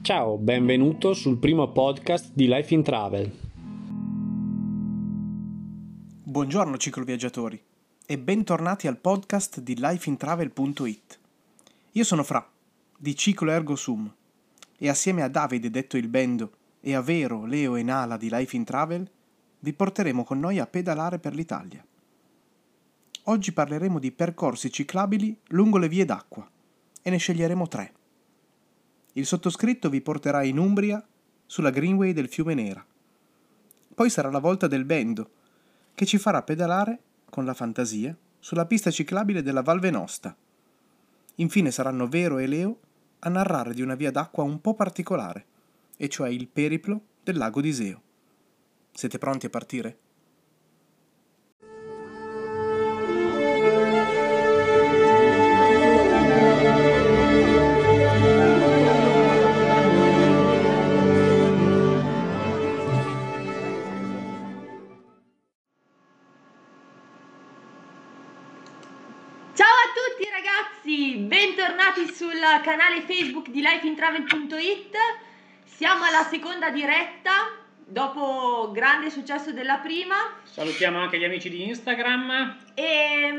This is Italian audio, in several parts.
Ciao, benvenuto sul primo podcast di Life in Travel. Buongiorno cicloviaggiatori e bentornati al podcast di lifeintravel.it. Io sono Fra, di Ciclo Ergo Sum, e assieme a Davide detto il Bendo e a Vero, Leo e Nala di Life in Travel vi porteremo con noi a pedalare per l'Italia. Oggi parleremo di percorsi ciclabili lungo le vie d'acqua e ne sceglieremo 3. Il sottoscritto vi porterà in Umbria sulla Greenway del Fiume Nera. Poi sarà la volta del Bendo, che ci farà pedalare, con la fantasia, sulla pista ciclabile della Val Venosta. Infine saranno Vero e Leo a narrare di una via d'acqua un po' particolare, e cioè il periplo del lago di Iseo. Siete pronti a partire? Bentornati sul canale Facebook di lifeintravel.it. Siamo alla seconda diretta dopo grande successo della prima. Salutiamo anche gli amici di Instagram. E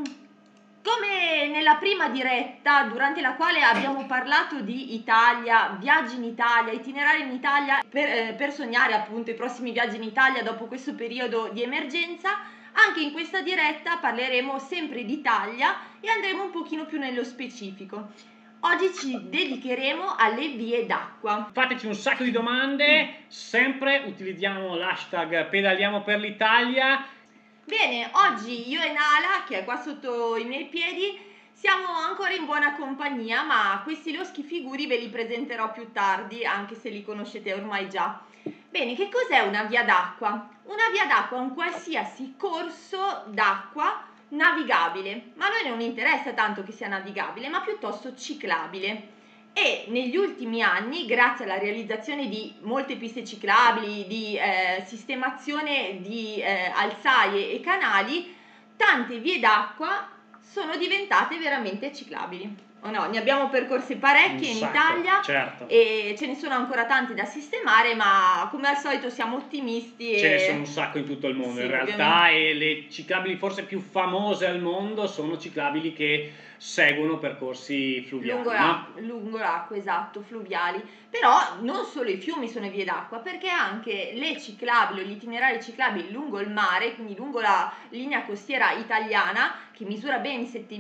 come nella prima diretta, durante la quale abbiamo parlato di Italia, viaggi in Italia, itinerari in Italia per sognare appunto i prossimi viaggi in Italia dopo questo periodo di emergenza, anche in questa diretta parleremo sempre d'Italia e andremo un pochino più nello specifico. Oggi ci dedicheremo alle vie d'acqua. Fateci un sacco di domande, sempre utilizziamo l'hashtag pedaliamo per l'Italia. Bene, oggi io e Nala, che è qua sotto i miei piedi, siamo ancora in buona compagnia, ma questi loschi figuri ve li presenterò più tardi, anche se li conoscete ormai già. Bene, che cos'è una via d'acqua? Una via d'acqua è un qualsiasi corso d'acqua navigabile, ma a noi non interessa tanto che sia navigabile, ma piuttosto ciclabile. E negli ultimi anni, grazie alla realizzazione di molte piste ciclabili, di sistemazione di alzaie e canali, tante vie d'acqua sono diventate veramente ciclabili. O no? Ne abbiamo percorse parecchie in Italia, certo. E ce ne sono ancora tante da sistemare, ma come al solito siamo ottimisti. Ce ne sono un sacco in tutto il mondo, sì, in realtà, ovviamente. e le ciclabili forse più famose al mondo sono ciclabili che seguono percorsi fluviali. Lungo l'acqua, esatto, fluviali. Però non solo i fiumi sono vie d'acqua, perché anche le ciclabili, gli itinerari ciclabili lungo il mare, quindi lungo la linea costiera italiana, che misura ben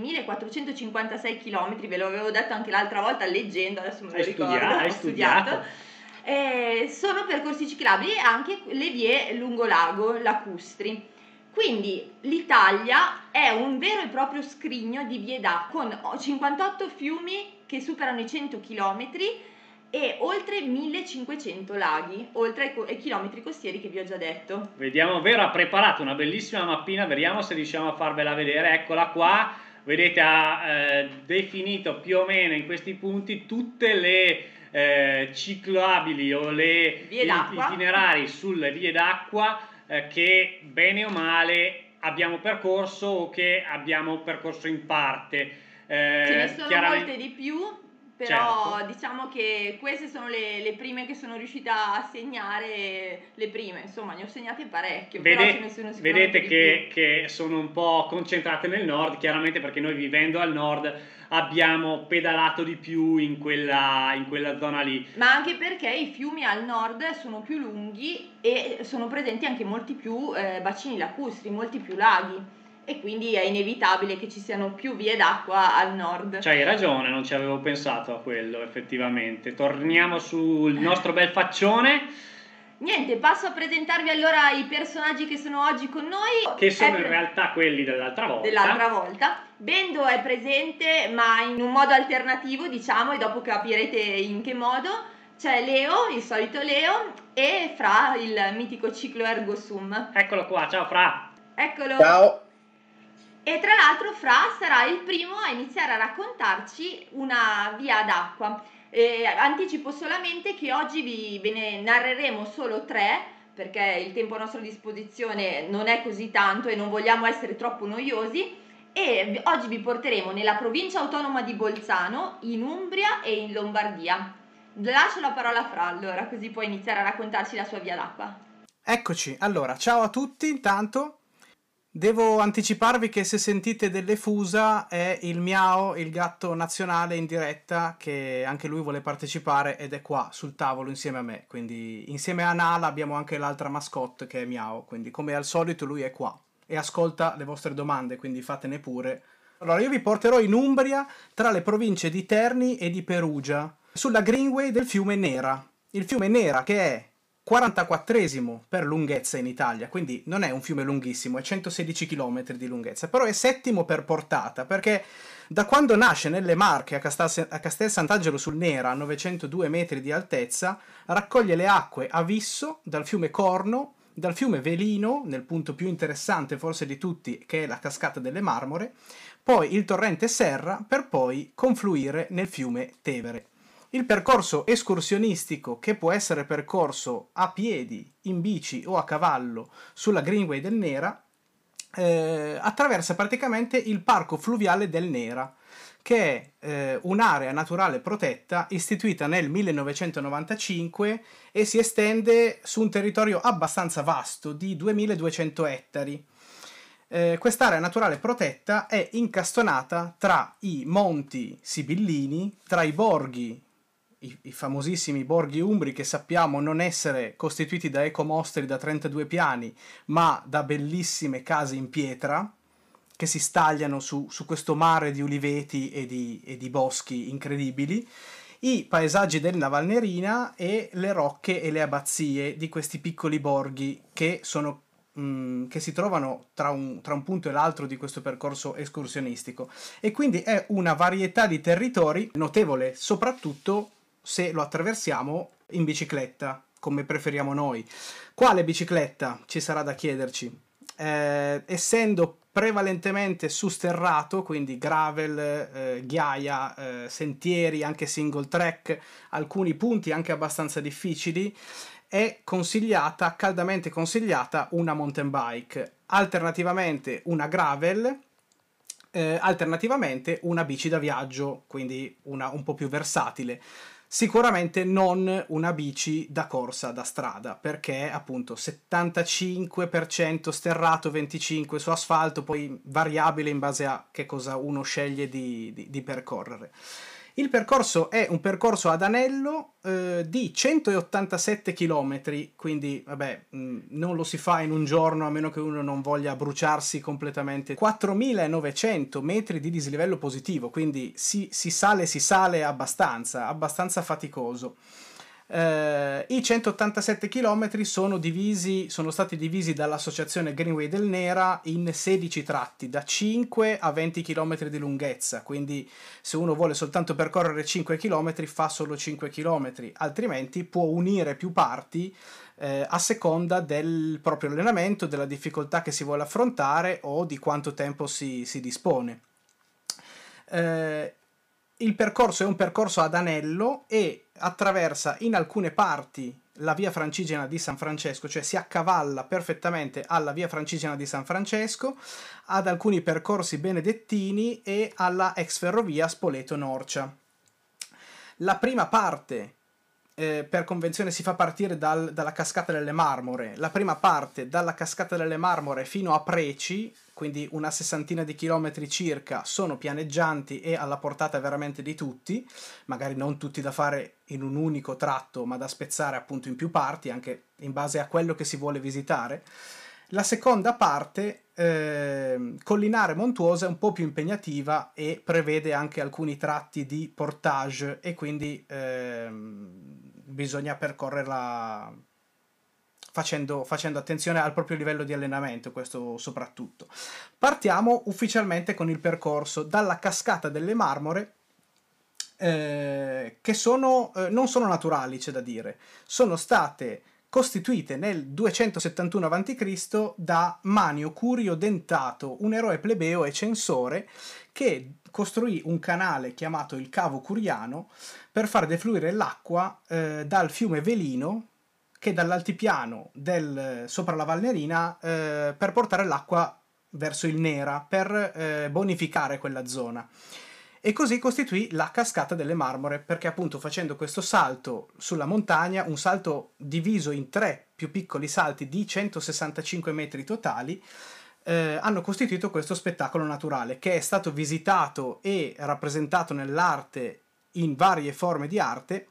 7.456 km, ve lo avevo detto anche l'altra volta leggendo, adesso me lo ricordo, Hai studiato. Sono percorsi ciclabili e anche le vie lungo lago, lacustri. Quindi l'Italia è un vero e proprio scrigno di vie d'acqua, con 58 fiumi che superano i 100 km e oltre 1500 laghi, oltre ai chilometri costieri che vi ho già detto. Vediamo, Vero ha preparato una bellissima mappina, vediamo se riusciamo a farvela vedere, eccola qua. Vedete, ha definito più o meno in questi punti tutte le ciclabili o le itinerari sulle vie d'acqua che bene o male abbiamo percorso o che abbiamo percorso in parte. Ce ne sono molte di più, però certo. Diciamo che queste sono le prime che sono riuscita a segnare, le prime, insomma ne ho segnate parecchio, però ce ne sono sicuramente vedete che sono un po' concentrate nel nord, chiaramente perché noi vivendo al nord abbiamo pedalato di più in quella zona lì. Ma anche perché i fiumi al nord sono più lunghi e sono presenti anche molti più bacini lacustri, molti più laghi. E quindi è inevitabile che ci siano più vie d'acqua al nord. C'hai ragione, non ci avevo pensato a quello, effettivamente. Torniamo sul nostro bel faccione. Niente, passo a presentarvi allora i personaggi che sono oggi con noi. Che sono in realtà quelli dell'altra volta. Bendo è presente, ma in un modo alternativo, diciamo, e dopo capirete in che modo. C'è Leo, il solito Leo, e Fra, il mitico Ciclo Ergo Sum. Eccolo qua, ciao Fra. Eccolo. Ciao. E tra l'altro Fra sarà il primo a iniziare a raccontarci una via d'acqua. Anticipo solamente che oggi ve ne narreremo solo 3, perché il tempo a nostra disposizione non è così tanto e non vogliamo essere troppo noiosi, e oggi vi porteremo nella provincia autonoma di Bolzano, in Umbria e in Lombardia. lascio la parola a Fra allora, così può iniziare a raccontarci la sua via d'acqua. Eccoci, allora, ciao a tutti, intanto devo anticiparvi che se sentite delle fusa è il Miao, il gatto nazionale in diretta, che anche lui vuole partecipare ed è qua sul tavolo insieme a me, quindi insieme a Nala abbiamo anche l'altra mascotte che è Miao, quindi come al solito lui è qua e ascolta le vostre domande, quindi fatene pure. Allora io vi porterò in Umbria tra le province di Terni e di Perugia, sulla Greenway del fiume Nera. Il fiume Nera che è 44esimo per lunghezza in Italia, quindi non è un fiume lunghissimo, è 116 km di lunghezza, però è settimo per portata, perché da quando nasce nelle Marche a Castel Sant'Angelo sul Nera, a 902 metri di altezza, raccoglie le acque a Visso dal fiume Corno, dal fiume Velino, nel punto più interessante forse di tutti, che è la cascata delle Marmore, poi il torrente Serra, per poi confluire nel fiume Tevere. Il percorso escursionistico, che può essere percorso a piedi, in bici o a cavallo sulla Greenway del Nera, attraversa praticamente il parco fluviale del Nera, che è un'area naturale protetta istituita nel 1995 e si estende su un territorio abbastanza vasto di 2200 ettari. Quest'area naturale protetta è incastonata tra i monti sibillini, tra i borghi, i famosissimi borghi umbri che sappiamo non essere costituiti da ecomostri da 32 piani, ma da bellissime case in pietra che si stagliano su questo mare di uliveti e di boschi incredibili, i paesaggi del Navalnerina e le rocche e le abbazie di questi piccoli borghi che si trovano tra un punto e l'altro di questo percorso escursionistico, e quindi è una varietà di territori notevole, soprattutto se lo attraversiamo in bicicletta, come preferiamo noi. Quale bicicletta? Ci sarà da chiederci. Essendo prevalentemente su sterrato, quindi gravel, ghiaia, sentieri, anche single track, alcuni punti anche abbastanza difficili, è consigliata, caldamente consigliata, una mountain bike, alternativamente una gravel, alternativamente una bici da viaggio, quindi una un po' più versatile. Sicuramente non una bici da corsa da strada, perché appunto 75% sterrato, 25% su asfalto, poi variabile in base a che cosa uno sceglie di percorrere. Il percorso è un percorso ad anello di 187 km, quindi vabbè, non lo si fa in un giorno a meno che uno non voglia bruciarsi completamente. 4.900 metri di dislivello positivo, quindi si sale abbastanza faticoso. I 187 km sono stati divisi dall'associazione Greenway del Nera in 16 tratti da 5 a 20 km di lunghezza, quindi se uno vuole soltanto percorrere 5 km fa solo 5 km, altrimenti può unire più parti a seconda del proprio allenamento, della difficoltà che si vuole affrontare o di quanto tempo si dispone. Il percorso è un percorso ad anello e attraversa in alcune parti la via Francigena di San Francesco, cioè si accavalla perfettamente alla via Francigena di San Francesco, ad alcuni percorsi benedettini e alla ex ferrovia Spoleto-Norcia. La prima parte, per convenzione, si fa partire dalla Cascata delle Marmore. La prima parte dalla Cascata delle Marmore fino a Preci, quindi una sessantina di chilometri circa, sono pianeggianti e alla portata veramente di tutti, magari non tutti da fare in un unico tratto, ma da spezzare appunto in più parti, anche in base a quello che si vuole visitare. La seconda parte, collinare montuosa, è un po' più impegnativa e prevede anche alcuni tratti di portage e quindi bisogna percorrerla facendo attenzione al proprio livello di allenamento, questo soprattutto. Partiamo ufficialmente con il percorso dalla Cascata delle Marmore, che non sono naturali, c'è da dire, sono state costituite nel 271 a.C. da Manio Curio Dentato, un eroe plebeo e censore che costruì un canale chiamato il Cavo Curiano per far defluire l'acqua dal fiume Velino, che dall'altipiano sopra la Valnerina, per portare l'acqua verso il Nera, per bonificare quella zona. e così costituì la cascata delle Marmore, perché appunto facendo questo salto sulla montagna, un salto diviso in 3 più piccoli salti di 165 metri totali, hanno costituito questo spettacolo naturale che è stato visitato e rappresentato nell'arte in varie forme di arte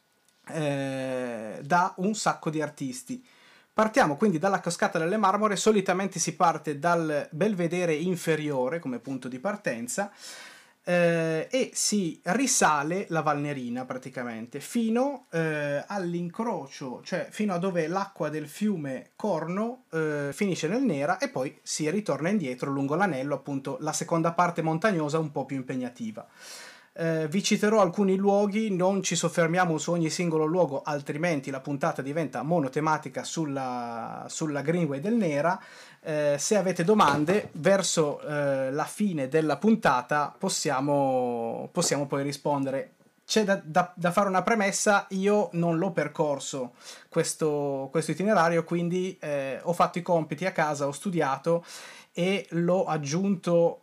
da un sacco di artisti. Partiamo quindi dalla cascata delle Marmore. Solitamente si parte dal belvedere inferiore come punto di partenza e si risale la Valnerina praticamente fino all'incrocio, cioè fino a dove l'acqua del fiume Corno finisce nel Nera, e poi si ritorna indietro lungo l'anello, appunto la seconda parte montagnosa un po' più impegnativa. Vi citerò alcuni luoghi, non ci soffermiamo su ogni singolo luogo, altrimenti la puntata diventa monotematica sulla Greenway del Nera. Se avete domande verso la fine della puntata possiamo poi rispondere. C'è da fare una premessa: io non l'ho percorso questo itinerario, quindi ho fatto i compiti a casa, ho studiato e l'ho aggiunto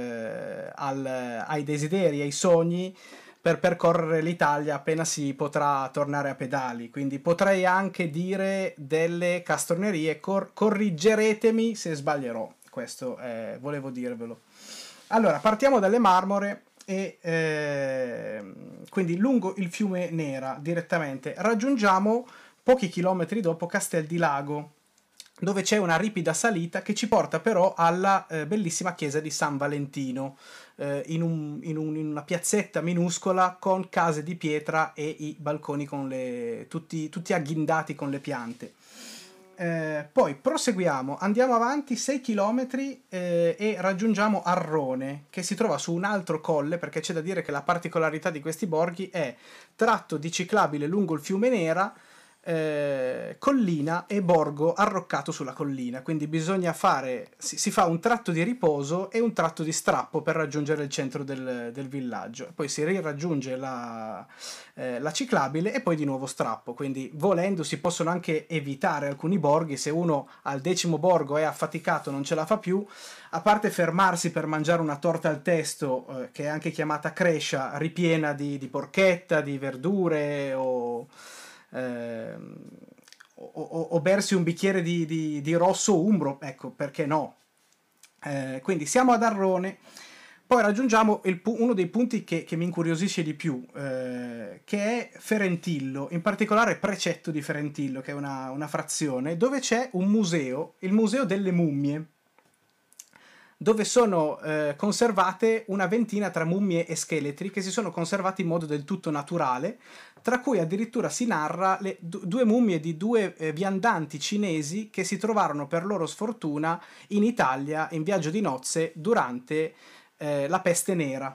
ai desideri, ai sogni per percorrere l'Italia appena si potrà tornare a pedali. Quindi potrei anche dire delle castronerie, corrigeretemi se sbaglierò, questo volevo dirvelo. Allora, partiamo dalle Marmore e quindi lungo il fiume Nera direttamente raggiungiamo pochi chilometri dopo Castel di Lago, dove c'è una ripida salita che ci porta però alla bellissima chiesa di San Valentino, in una piazzetta minuscola con case di pietra e i balconi con tutti agghindati con le piante. Poi proseguiamo, andiamo avanti 6 km e raggiungiamo Arrone, che si trova su un altro colle, perché c'è da dire che la particolarità di questi borghi è tratto di ciclabile lungo il fiume Nera, collina e borgo arroccato sulla collina, quindi bisogna si fa un tratto di riposo e un tratto di strappo per raggiungere il centro del villaggio, poi si riraggiunge la ciclabile e poi di nuovo strappo. Quindi volendo si possono anche evitare alcuni borghi, se uno al 10° borgo è affaticato, non ce la fa più, a parte fermarsi per mangiare una torta al testo, che è anche chiamata crescia, ripiena di porchetta, di verdure o bersi un bicchiere di rosso umbro, ecco, perché no. Quindi siamo ad Arrone, poi raggiungiamo uno dei punti che mi incuriosisce di più, che è Ferentillo, in particolare Precetto di Ferentillo, che è una frazione dove c'è un museo, il Museo delle Mummie, dove sono conservate una ventina tra mummie e scheletri che si sono conservati in modo del tutto naturale, tra cui addirittura si narra due mummie di 2 viandanti cinesi che si trovarono per loro sfortuna in Italia in viaggio di nozze durante la peste nera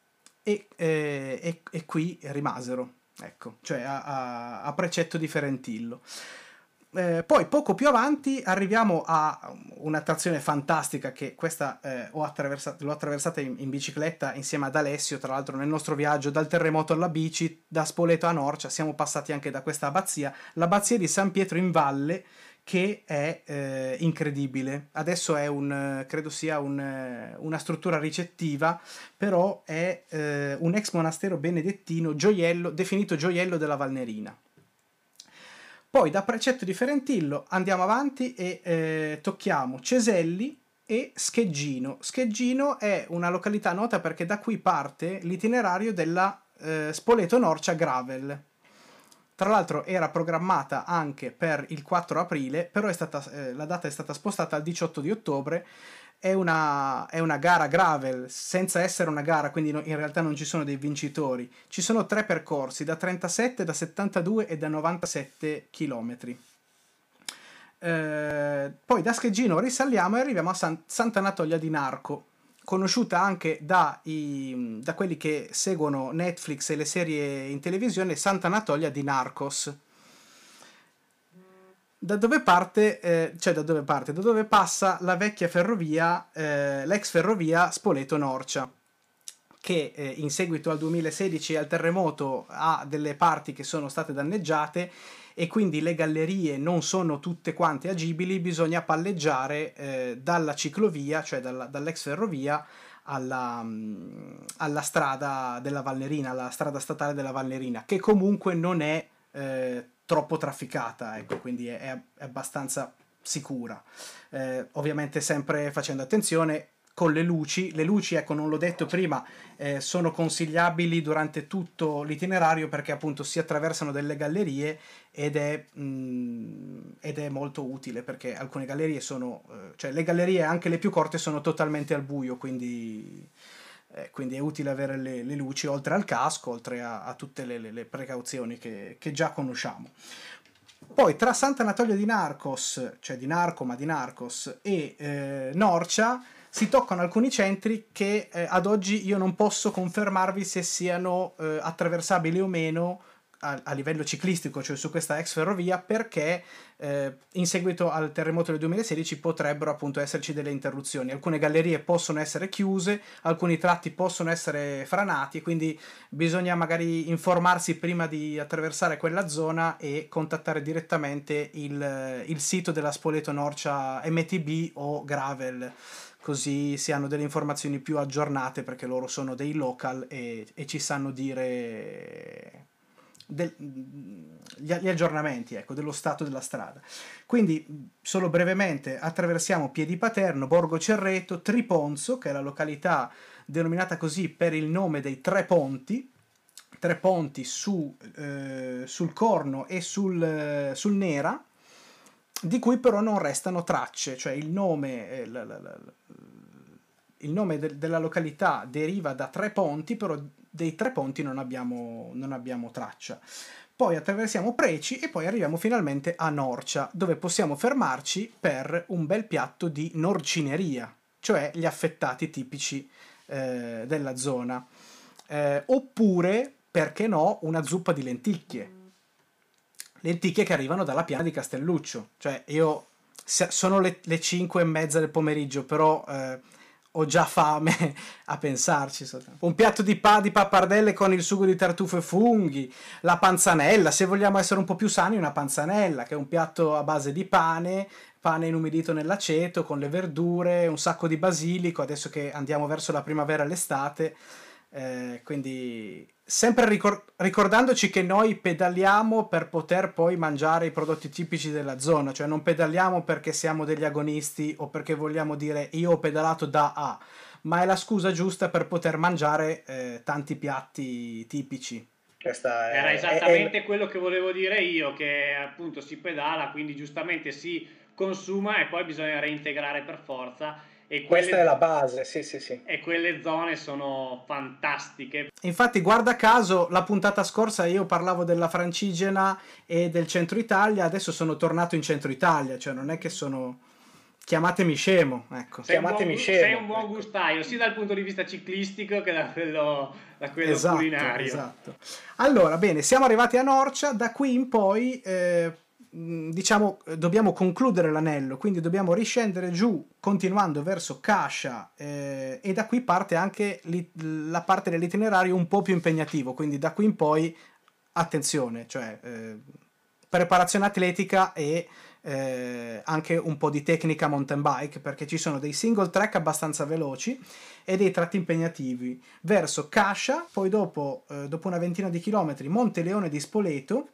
e qui rimasero, ecco, cioè a Precetto di Ferentillo. Poi poco più avanti arriviamo a un'attrazione fantastica, che questa l'ho attraversata in bicicletta insieme ad Alessio, tra l'altro nel nostro viaggio dal terremoto alla bici, da Spoleto a Norcia, siamo passati anche da questa abbazia, l'abbazia di San Pietro in Valle, che è incredibile. Adesso è credo sia una struttura ricettiva, però è un ex monastero benedettino, definito gioiello della Valnerina. Poi da Precetto di Ferentillo andiamo avanti e tocchiamo Ceselli e Scheggino. Scheggino è una località nota perché da qui parte l'itinerario della Spoleto-Norcia Gravel. Tra l'altro era programmata anche per il 4 aprile, però la data è stata spostata al 18 di ottobre. È una gara gravel senza essere una gara, quindi in realtà non ci sono dei vincitori. Ci sono 3 percorsi, da 37, da 72 e da 97 km. Poi da Scheggino risaliamo e arriviamo a Sant'Anatolia di Narco, conosciuta anche da quelli che seguono Netflix e le serie in televisione, Sant'Anatolia di Narcos. Da dove passa la vecchia ferrovia, l'ex ferrovia Spoleto-Norcia, che in seguito al 2016 e al terremoto ha delle parti che sono state danneggiate e quindi le gallerie non sono tutte quante agibili, bisogna palleggiare dalla ciclovia, cioè dall'ex ferrovia alla strada della Valnerina, alla strada statale della Valnerina, che comunque non è troppo trafficata, ecco, quindi è abbastanza sicura. Ovviamente sempre facendo attenzione con le luci, ecco, non l'ho detto prima, sono consigliabili durante tutto l'itinerario perché appunto si attraversano delle gallerie ed è molto utile perché alcune gallerie sono, cioè le gallerie anche le più corte sono totalmente al buio, quindi è utile avere le luci oltre al casco, oltre a tutte le precauzioni che già conosciamo. Poi tra Sant'Anatolio di Narcos, cioè di Narcos e Norcia si toccano alcuni centri che ad oggi io non posso confermarvi se siano attraversabili o meno a livello ciclistico, cioè su questa ex ferrovia, perché in seguito al terremoto del 2016 potrebbero appunto esserci delle interruzioni. Alcune gallerie possono essere chiuse, alcuni tratti possono essere franati, quindi bisogna magari informarsi prima di attraversare quella zona e contattare direttamente il sito della Spoleto Norcia MTB o Gravel, così si hanno delle informazioni più aggiornate perché loro sono dei local e ci sanno dire gli aggiornamenti, ecco, dello stato della strada. Quindi solo brevemente attraversiamo Piedipaterno, Borgo Cerreto, Triponzo, che è la località denominata così per il nome dei tre ponti sul Corno e sul Nera, di cui però non restano tracce, cioè il nome della località deriva da tre ponti, però dei tre ponti non abbiamo traccia. Poi attraversiamo Preci e poi arriviamo finalmente a Norcia, dove possiamo fermarci per un bel piatto di norcineria, cioè gli affettati tipici della zona. Oppure, perché no, una zuppa di lenticchie che arrivano dalla piana di Castelluccio. Cioè io sono le 5:30 del pomeriggio, però ho già fame a pensarci. Un piatto di pappardelle con il sugo di tartufo e funghi, la panzanella, se vogliamo essere un po' più sani, una panzanella, che è un piatto a base di pane inumidito nell'aceto, con le verdure, un sacco di basilico, adesso che andiamo verso la primavera e l'estate. Quindi sempre ricordandoci che noi pedaliamo per poter poi mangiare i prodotti tipici della zona, cioè non pedaliamo perché siamo degli agonisti o perché vogliamo dire io ho pedalato da A, ma è la scusa giusta per poter mangiare tanti piatti tipici. Era esattamente quello che volevo dire io, che appunto si pedala, quindi giustamente si consuma e poi bisogna reintegrare per forza. E questa è la base, sì. E quelle zone sono fantastiche. Infatti, guarda caso, la puntata scorsa io parlavo della Francigena e del centro Italia, adesso sono tornato in centro Italia, cioè non è che sono... Chiamatemi scemo, ecco. Sei un buon gustaio, sia dal punto di vista ciclistico che da quello esatto, culinario. Esatto. Allora, bene, siamo arrivati a Norcia, da qui in poi... diciamo dobbiamo concludere l'anello, quindi dobbiamo riscendere giù continuando verso Cascia e da qui parte anche la parte dell'itinerario un po' più impegnativo, quindi da qui in poi attenzione, cioè preparazione atletica e anche un po' di tecnica mountain bike, perché ci sono dei single track abbastanza veloci e dei tratti impegnativi verso Cascia, poi dopo una ventina di chilometri Monte Leone di Spoleto.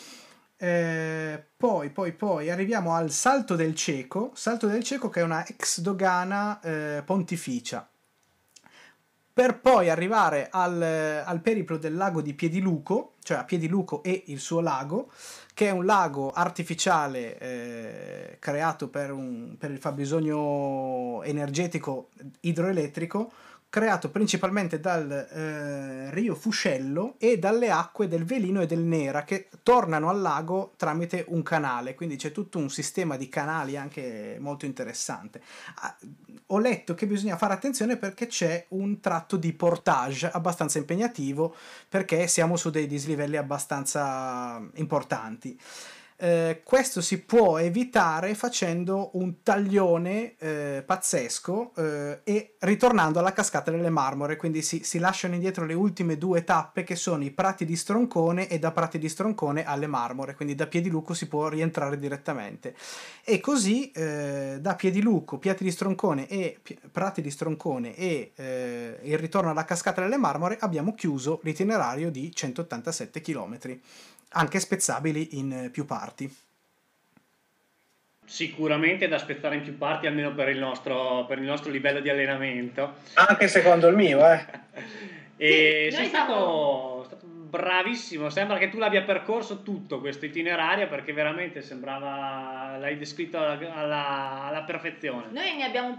Poi arriviamo al Salto del Ceco che è una ex dogana pontificia, per poi arrivare al periplo del lago di Piediluco, cioè a Piediluco e il suo lago, che è un lago artificiale creato per il fabbisogno energetico idroelettrico, creato principalmente dal Rio Fuscello e dalle acque del Velino e del Nera che tornano al lago tramite un canale, quindi c'è tutto un sistema di canali anche molto interessante. Ho letto che bisogna fare attenzione perché c'è un tratto di portage abbastanza impegnativo perché siamo su dei dislivelli abbastanza importanti. Questo si può evitare facendo un taglione pazzesco e ritornando alla cascata delle Marmore, quindi si lasciano indietro le ultime 2 tappe che sono i prati di Stroncone, e da prati di Stroncone alle Marmore, quindi da Piediluco si può rientrare direttamente, e così da Piediluco, prati di Stroncone e il ritorno alla cascata delle Marmore abbiamo chiuso l'itinerario di 187 km, anche spezzabili in più parti. Sicuramente da spezzare in più parti, almeno per il nostro livello di allenamento. Anche secondo il mio, E Sì, sei noi stato bravissimo, sembra che tu l'abbia percorso tutto questo itinerario, perché veramente sembrava, l'hai descritto alla perfezione. Noi ne abbiamo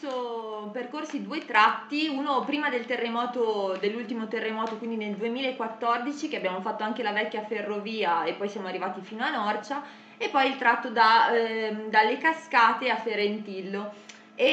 percorsi 2 tratti, uno prima dell'ultimo terremoto, quindi nel 2014, che abbiamo fatto anche la vecchia ferrovia e poi siamo arrivati fino a Norcia, e poi il tratto dalle Cascate a Ferentillo.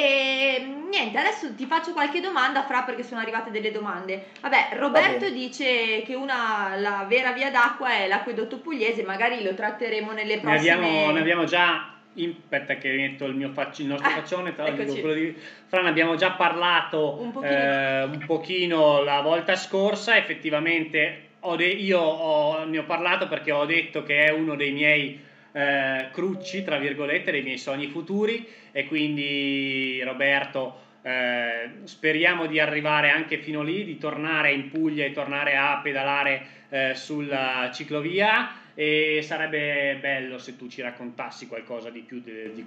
E niente, adesso ti faccio qualche domanda, Fra, perché sono arrivate delle domande. Vabbè, Roberto dice che la vera via d'acqua è l'acquedotto pugliese, magari lo tratteremo nelle prossime... Ne abbiamo già... Aspetta che metto il nostro faccione, tra l'altro Eccoci. quello di Fra, ne abbiamo già parlato un pochino la volta scorsa. Effettivamente ne ho parlato perché ho detto che è uno dei miei crucci, tra virgolette, dei miei sogni futuri, e quindi Roberto, speriamo di arrivare anche fino lì, di tornare in Puglia e tornare a pedalare sulla ciclovia, e sarebbe bello se tu ci raccontassi qualcosa di più di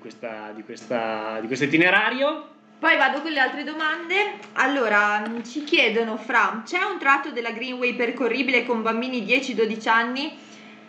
questo itinerario. Poi vado con le altre domande. Allora, ci chiedono, Fra, c'è un tratto della Greenway percorribile con bambini 10-12 anni?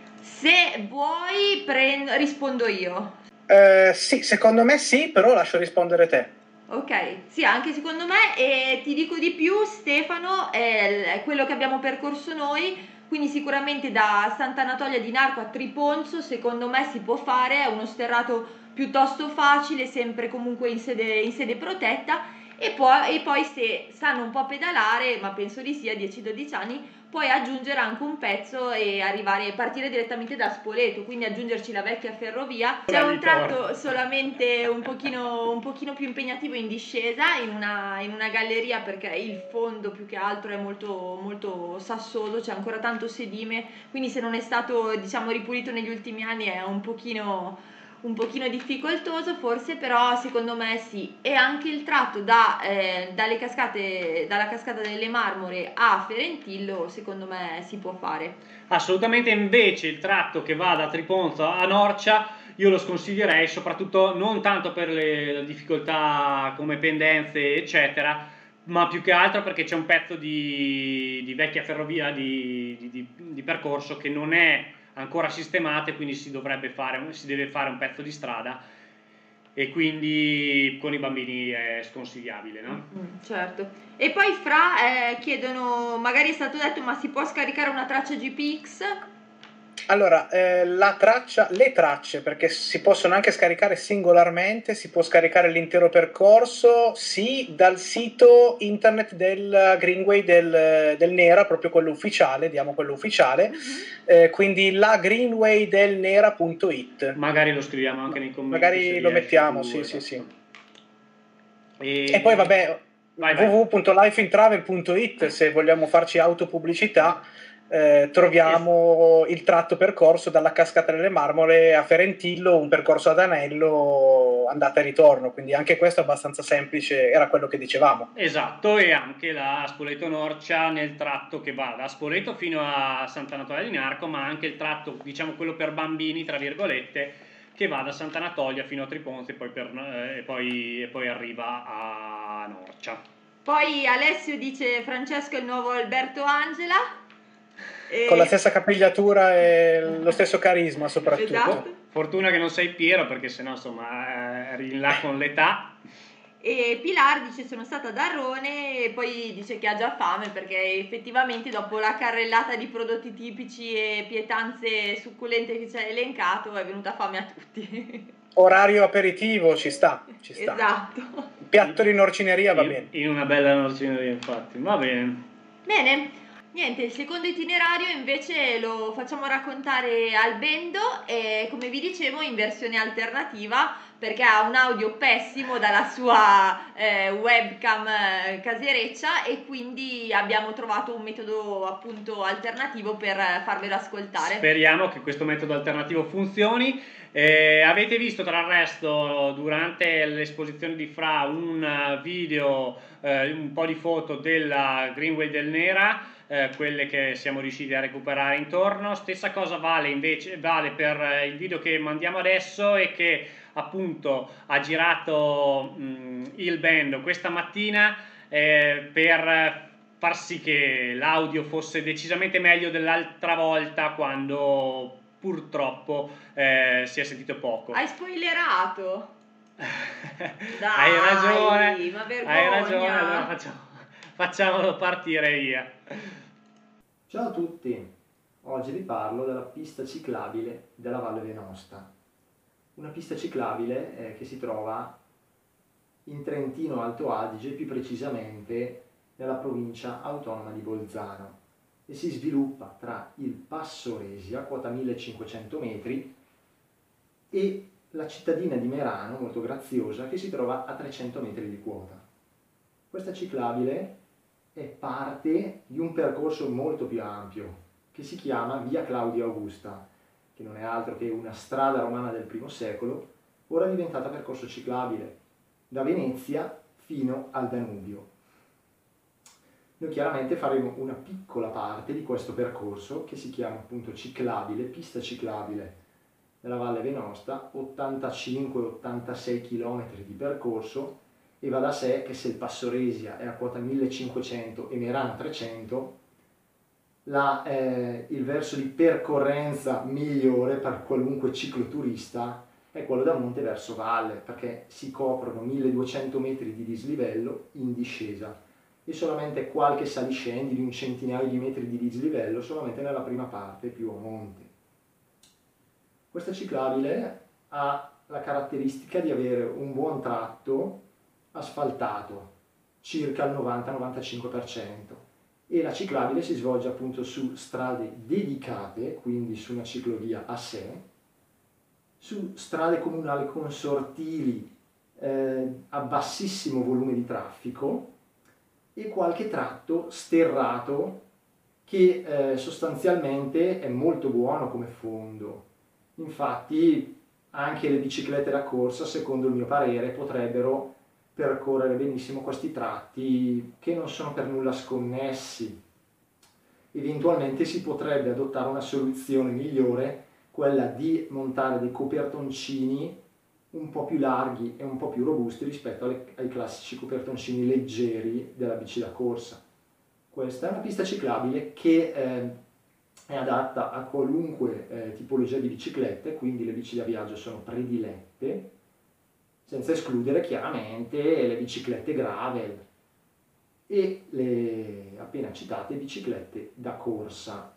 Se vuoi rispondo io. Sì, secondo me sì, però lascio rispondere te. Ok, sì, anche secondo me, e ti dico di più, Stefano, è quello che abbiamo percorso noi, quindi sicuramente da Sant'Anatolia di Narco a Triponzo, secondo me si può fare, è uno sterrato piuttosto facile, sempre comunque in sede protetta, e poi se sanno un po' pedalare, ma penso di sì, a 10-12 anni, puoi aggiungere anche un pezzo e partire direttamente da Spoleto, quindi aggiungerci la vecchia ferrovia. C'è un tratto solamente un pochino più impegnativo in discesa, in una galleria, perché il fondo più che altro è molto, molto sassoso, c'è ancora tanto sedime, quindi se non è stato, diciamo, ripulito negli ultimi anni è un pochino difficoltoso forse, però secondo me sì. E anche il tratto dalla cascata delle Marmore a Ferentillo secondo me si può fare. Assolutamente. Invece il tratto che va da Triponzo a Norcia io lo sconsiglierei, soprattutto non tanto per le difficoltà come pendenze eccetera, ma più che altro perché c'è un pezzo di vecchia ferrovia di percorso che non è ancora sistemate, quindi si deve fare un pezzo di strada, e quindi con i bambini è sconsigliabile, no? Certo. E poi Fra chiedono, magari è stato detto, ma si può scaricare una traccia GPX? Allora, le tracce, perché si possono anche scaricare singolarmente, si può scaricare l'intero percorso, sì, dal sito internet del Greenway del Nera, proprio quello ufficiale, diamo quello ufficiale, quindi la greenwaydelnera.it. Magari lo scriviamo anche nei commenti. Magari lo mettiamo, sì. E poi vabbè, www.lifeintravel.it, se vogliamo farci autopubblicità. Troviamo il tratto percorso dalla Cascata delle Marmore a Ferentillo, un percorso ad anello andata e ritorno, quindi anche questo è abbastanza semplice, era quello che dicevamo. Esatto, e anche la Spoleto Norcia nel tratto che va da Spoleto fino a Sant'Anatolia di Narco, ma anche il tratto, diciamo quello per bambini tra virgolette, che va da Sant'Anatolia fino a Triponzo e poi arriva a Norcia. Poi Alessio dice: Francesco è il nuovo Alberto Angela. Con la stessa capigliatura e lo stesso carisma soprattutto. Esatto. Fortuna che non sei Piero, perché sennò insomma eri in là con l'età. E Pilar dice: sono stata ad Arrone, e poi dice che ha già fame perché effettivamente dopo la carrellata di prodotti tipici e pietanze succulente che ci ha elencato è venuta fame a tutti. Orario aperitivo, ci sta. Esatto. Piatto di norcineria va bene. In una bella norcineria, infatti. Va bene. Bene. Niente, il secondo itinerario invece lo facciamo raccontare al Bendo e come vi dicevo in versione alternativa perché ha un audio pessimo dalla sua webcam casereccia e quindi abbiamo trovato un metodo appunto alternativo per farvelo ascoltare. Speriamo che questo metodo alternativo funzioni. Avete visto tra il resto durante l'esposizione di Fra un video, un po' di foto della Greenway del Nera, quelle che siamo riusciti a recuperare intorno. Stessa cosa vale per il video che mandiamo adesso e che appunto ha girato il Bendo questa mattina per far sì che l'audio fosse decisamente meglio dell'altra volta quando purtroppo si è sentito poco. Hai spoilerato. Dai, hai ragione, ma vergogna. hai ragione, allora facciamolo partire via. Ciao a tutti, oggi vi parlo della pista ciclabile della Valle Venosta. Una pista ciclabile che si trova in Trentino Alto Adige, più precisamente nella provincia autonoma di Bolzano, e si sviluppa tra il Passo Resia, quota 1500 metri, e la cittadina di Merano, molto graziosa, che si trova a 300 metri di quota. Questa ciclabile è parte di un percorso molto più ampio che si chiama Via Claudia Augusta, che non è altro che una strada romana del I secolo, ora diventata percorso ciclabile, da Venezia fino al Danubio. Noi chiaramente faremo una piccola parte di questo percorso che si chiama appunto ciclabile, pista ciclabile della Valle Venosta, 85-86 km di percorso, e va da sé che se il Passo Resia è a quota 1500 e Merano 300, il verso di percorrenza migliore per qualunque cicloturista è quello da monte verso valle, perché si coprono 1200 metri di dislivello in discesa e solamente qualche saliscendi di un centinaio di metri di dislivello solamente nella prima parte più a monte. Questa ciclabile ha la caratteristica di avere un buon tratto asfaltato, circa il 90-95%, e la ciclabile si svolge appunto su strade dedicate, quindi su una ciclovia a sé, su strade comunali consortili a bassissimo volume di traffico e qualche tratto sterrato che sostanzialmente è molto buono come fondo. Infatti anche le biciclette da corsa, secondo il mio parere, potrebbero percorrere benissimo questi tratti che non sono per nulla sconnessi. Eventualmente si potrebbe adottare una soluzione migliore, quella di montare dei copertoncini un po' più larghi e un po' più robusti rispetto ai classici copertoncini leggeri della bici da corsa. Questa è una pista ciclabile che è adatta a qualunque tipologia di biciclette, quindi le bici da viaggio sono predilette, senza escludere chiaramente le biciclette gravel e le appena citate biciclette da corsa.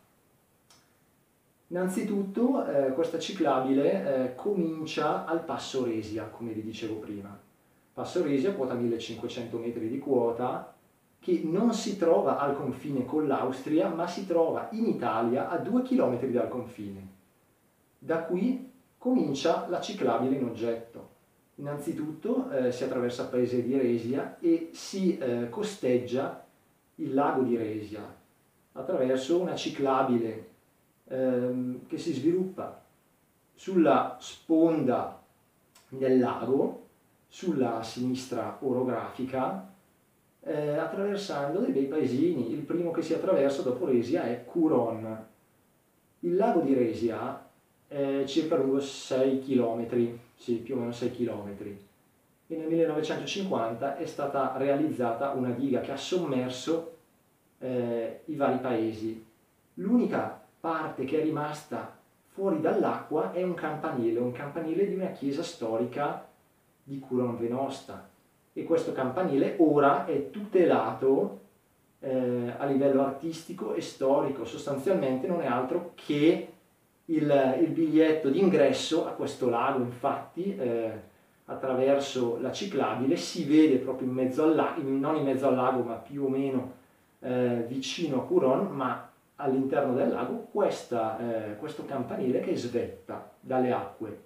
Innanzitutto questa ciclabile comincia al Passo Resia, come vi dicevo prima. Passo Resia, quota 1500 metri di quota, che non si trova al confine con l'Austria, ma si trova in Italia a 2 km dal confine. Da qui comincia la ciclabile in oggetto. Innanzitutto si attraversa il paese di Resia e si costeggia il lago di Resia attraverso una ciclabile che si sviluppa sulla sponda del lago, sulla sinistra orografica, attraversando dei bei paesini. Il primo che si attraversa dopo Resia è Curon. Il lago di Resia è circa lungo 6 km, sì, più o meno 6 km, e nel 1950 è stata realizzata una diga che ha sommerso i vari paesi. L'unica parte che è rimasta fuori dall'acqua è un campanile di una chiesa storica di Curon Venosta, e questo campanile ora è tutelato a livello artistico e storico. Sostanzialmente non è altro che il biglietto d'ingresso a questo lago. Infatti attraverso la ciclabile si vede proprio in mezzo al lago, non in mezzo al lago ma più o meno vicino a Curon, ma all'interno del lago questo campanile che svetta dalle acque.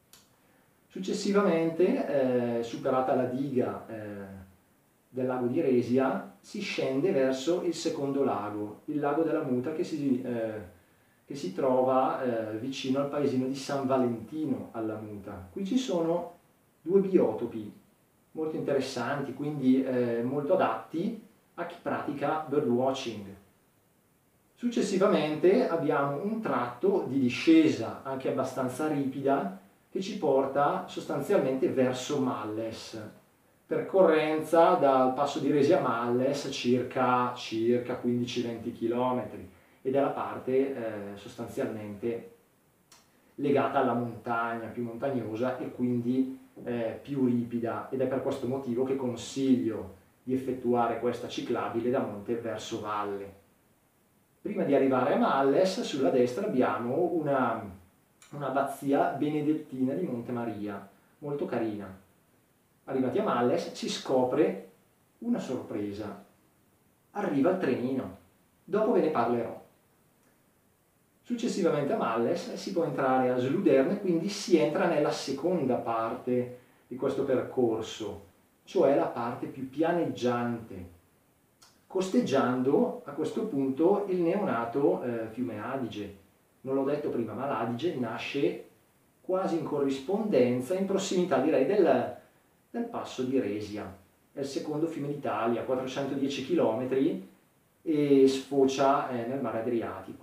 Successivamente, superata la diga del lago di Resia, si scende verso il secondo lago, il lago della Muta, che si trova vicino al paesino di San Valentino alla Muta. Qui ci sono 2 biotopi molto interessanti, quindi molto adatti a chi pratica birdwatching. Successivamente abbiamo un tratto di discesa anche abbastanza ripida che ci porta sostanzialmente verso Malles. Percorrenza dal passo di Resia a Malles circa 15-20 km, ed è la parte sostanzialmente legata alla montagna, più montagnosa e quindi più ripida, ed è per questo motivo che consiglio di effettuare questa ciclabile da monte verso valle. Prima di arrivare a Malles, sulla destra abbiamo un'abbazia benedettina di Monte Maria, molto carina. Arrivati a Malles si scopre una sorpresa: arriva il trenino, dopo ve ne parlerò. Successivamente a Malles si può entrare a Sluderne, quindi si entra nella seconda parte di questo percorso, cioè la parte più pianeggiante, costeggiando a questo punto il neonato fiume Adige. Non l'ho detto prima, ma l'Adige nasce quasi in corrispondenza, in prossimità direi del passo di Resia. È il secondo fiume d'Italia, 410 km, e sfocia nel mare Adriatico.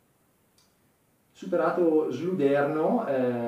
Superato Sluderno,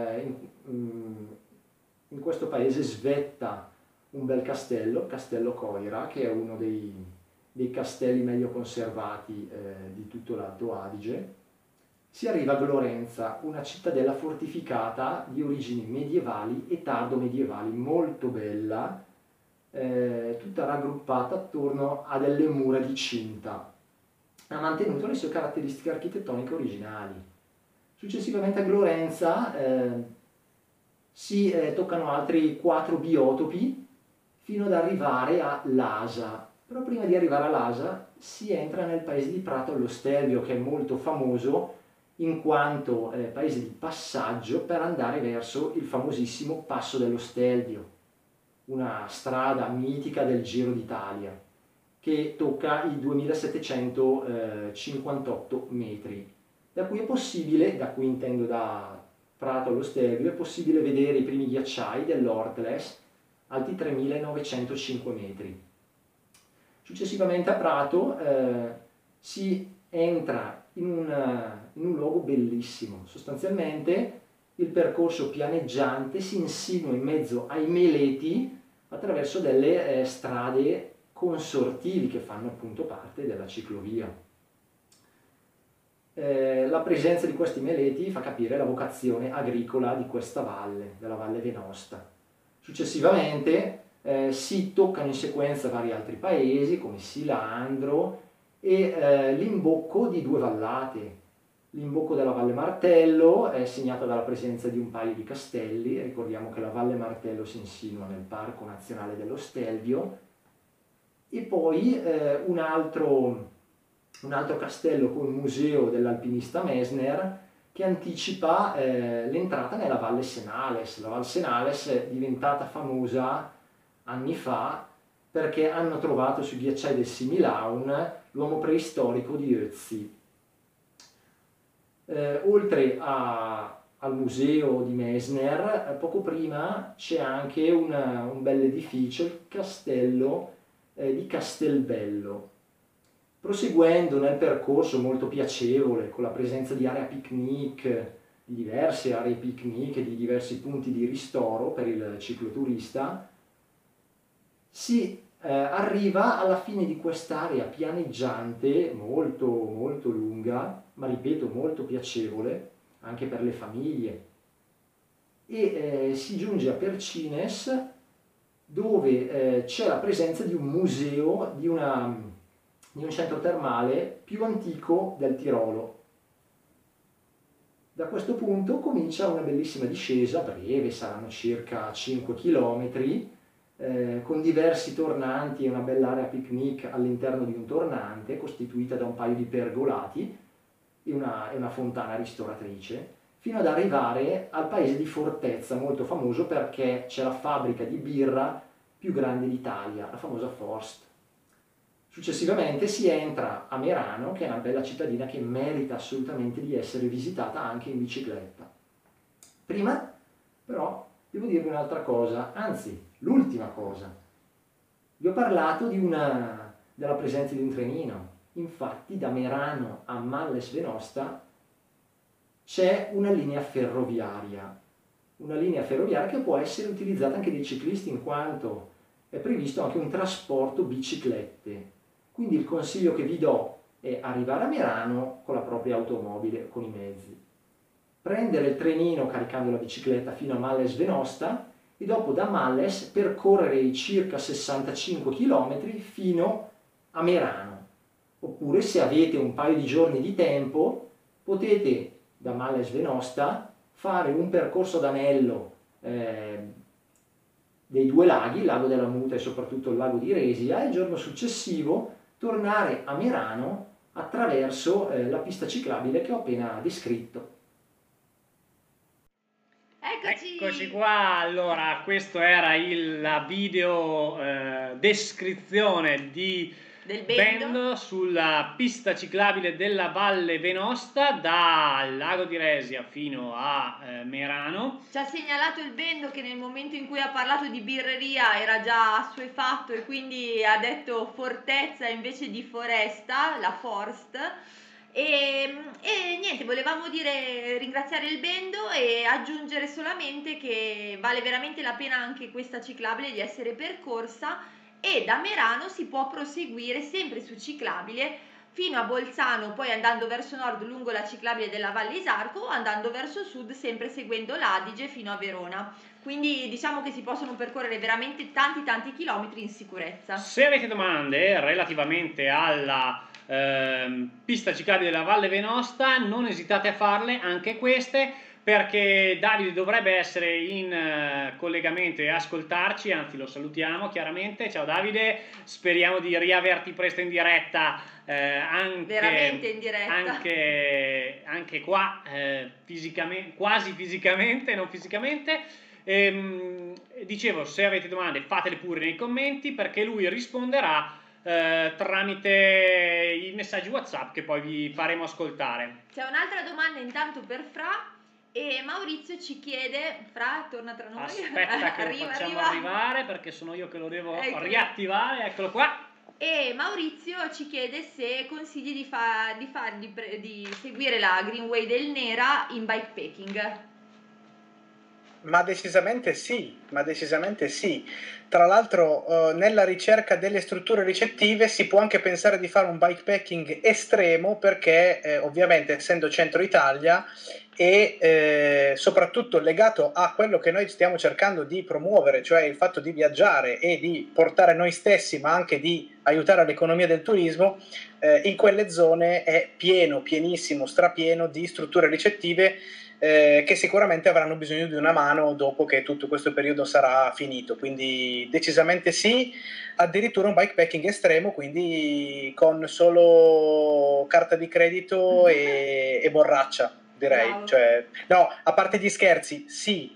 in questo paese svetta un bel castello, Castello Coira, che è uno dei castelli meglio conservati di tutto l'Alto Adige. Si arriva a Glorenza, una cittadella fortificata di origini medievali e tardo-medievali, molto bella, tutta raggruppata attorno a delle mura di cinta. Ha mantenuto le sue caratteristiche architettoniche originali. Successivamente a Glorenza si toccano altri 4 biotopi fino ad arrivare a Lasa. Però prima di arrivare a Lasa si entra nel paese di Prato allo Stelvio, che è molto famoso in quanto paese di passaggio per andare verso il famosissimo Passo dello Stelvio, una strada mitica del Giro d'Italia che tocca i 2758 metri, da cui è possibile, da cui intendo da Prato allo Stelvio, è possibile vedere i primi ghiacciai dell'Ortles alti 3905 metri. Successivamente a Prato si entra in un luogo bellissimo. Sostanzialmente il percorso pianeggiante si insinua in mezzo ai meleti attraverso delle strade consortili che fanno appunto parte della ciclovia. La presenza di questi meleti fa capire la vocazione agricola di questa valle, della Valle Venosta. Successivamente si toccano in sequenza vari altri paesi come Silandro e l'imbocco di 2 vallate. L'imbocco della Valle Martello è segnata dalla presenza di un paio di castelli. Ricordiamo che la Valle Martello si insinua nel Parco Nazionale dello Stelvio, e poi un altro castello con museo dell'alpinista Mesner che anticipa l'entrata nella Valle Senales. La Valle Senales è diventata famosa anni fa perché hanno trovato sui ghiacciai del Similaun l'uomo preistorico di Ötzi. Oltre al museo di Mesner, poco prima c'è anche un bel edificio, il castello di Castelbello. Proseguendo nel percorso molto piacevole, con la presenza di area picnic, di diverse aree picnic e di diversi punti di ristoro per il cicloturista, si arriva alla fine di quest'area pianeggiante molto molto lunga, ma ripeto molto piacevole anche per le famiglie, e si giunge a Percines, dove c'è la presenza di un museo, di un centro termale più antico del Tirolo. Da questo punto comincia una bellissima discesa breve, saranno circa 5 km, con diversi tornanti e una bella area picnic all'interno di un tornante costituita da un paio di pergolati e una fontana ristoratrice, fino ad arrivare al paese di Fortezza, molto famoso perché c'è la fabbrica di birra più grande d'Italia, la famosa Forst. Successivamente si entra a Merano, che è una bella cittadina che merita assolutamente di essere visitata anche in bicicletta. Prima, però, devo dirvi un'altra cosa, anzi, l'ultima cosa. Vi ho parlato della presenza di un trenino. Infatti, da Merano a Malles Venosta c'è una linea ferroviaria che può essere utilizzata anche dai ciclisti, in quanto è previsto anche un trasporto biciclette. Quindi il consiglio che vi do è arrivare a Merano con la propria automobile, con i mezzi, prendere il trenino caricando la bicicletta fino a Malles Venosta e dopo da Malles percorrere i circa 65 km fino a Merano. Oppure, se avete un paio di giorni di tempo, potete da Malles Venosta fare un percorso d'anello dei due laghi, il lago della Muta e soprattutto il lago di Resia, e il giorno successivo tornare a Merano attraverso la pista ciclabile che ho appena descritto. Eccoci qua. Allora, questo era la video descrizione del bando sulla pista ciclabile della Valle Venosta, dal lago di Resia fino a Merano. Ci ha segnalato il Bendo che nel momento in cui ha parlato di birreria era già assuefatto e quindi ha detto Fortezza invece di Foresta, la Forst. E niente, volevamo ringraziare il Bendo e aggiungere solamente che vale veramente la pena anche questa ciclabile di essere percorsa, e da Merano si può proseguire sempre su ciclabile fino a Bolzano, poi andando verso nord lungo la ciclabile della Valle Isarco, o andando verso sud sempre seguendo l'Adige fino a Verona. Quindi diciamo che si possono percorrere veramente tanti chilometri in sicurezza. Se avete domande relativamente alla pista ciclabile della Valle Venosta, non esitate a farle anche queste, perché Davide dovrebbe essere in collegamento e ascoltarci, anzi lo salutiamo chiaramente. Ciao Davide, speriamo di riaverti presto in diretta, veramente in diretta, anche qua fisicamente, quasi fisicamente, non fisicamente. Dicevo, se avete domande fatele pure nei commenti, perché lui risponderà tramite i messaggi WhatsApp che poi vi faremo ascoltare. C'è un'altra domanda intanto per Fra, e Maurizio ci chiede, Fra, torna tra noi. Aspetta che lo facciamo arrivare, perché sono io che lo devo riattivare, eccolo qua. E Maurizio ci chiede se consigli di seguire la Greenway del Nera in bikepacking. Ma decisamente sì. Tra l'altro nella ricerca delle strutture ricettive si può anche pensare di fare un bikepacking estremo, perché ovviamente essendo centro Italia e soprattutto legato a quello che noi stiamo cercando di promuovere, cioè il fatto di viaggiare e di portare noi stessi, ma anche di aiutare l'economia del turismo, in quelle zone è pienissimo, strapieno di strutture ricettive che sicuramente avranno bisogno di una mano dopo che tutto questo periodo sarà finito. Quindi decisamente sì, addirittura un bikepacking estremo, quindi con solo carta di credito e borraccia, direi. Wow. Cioè, no, a parte gli scherzi, sì,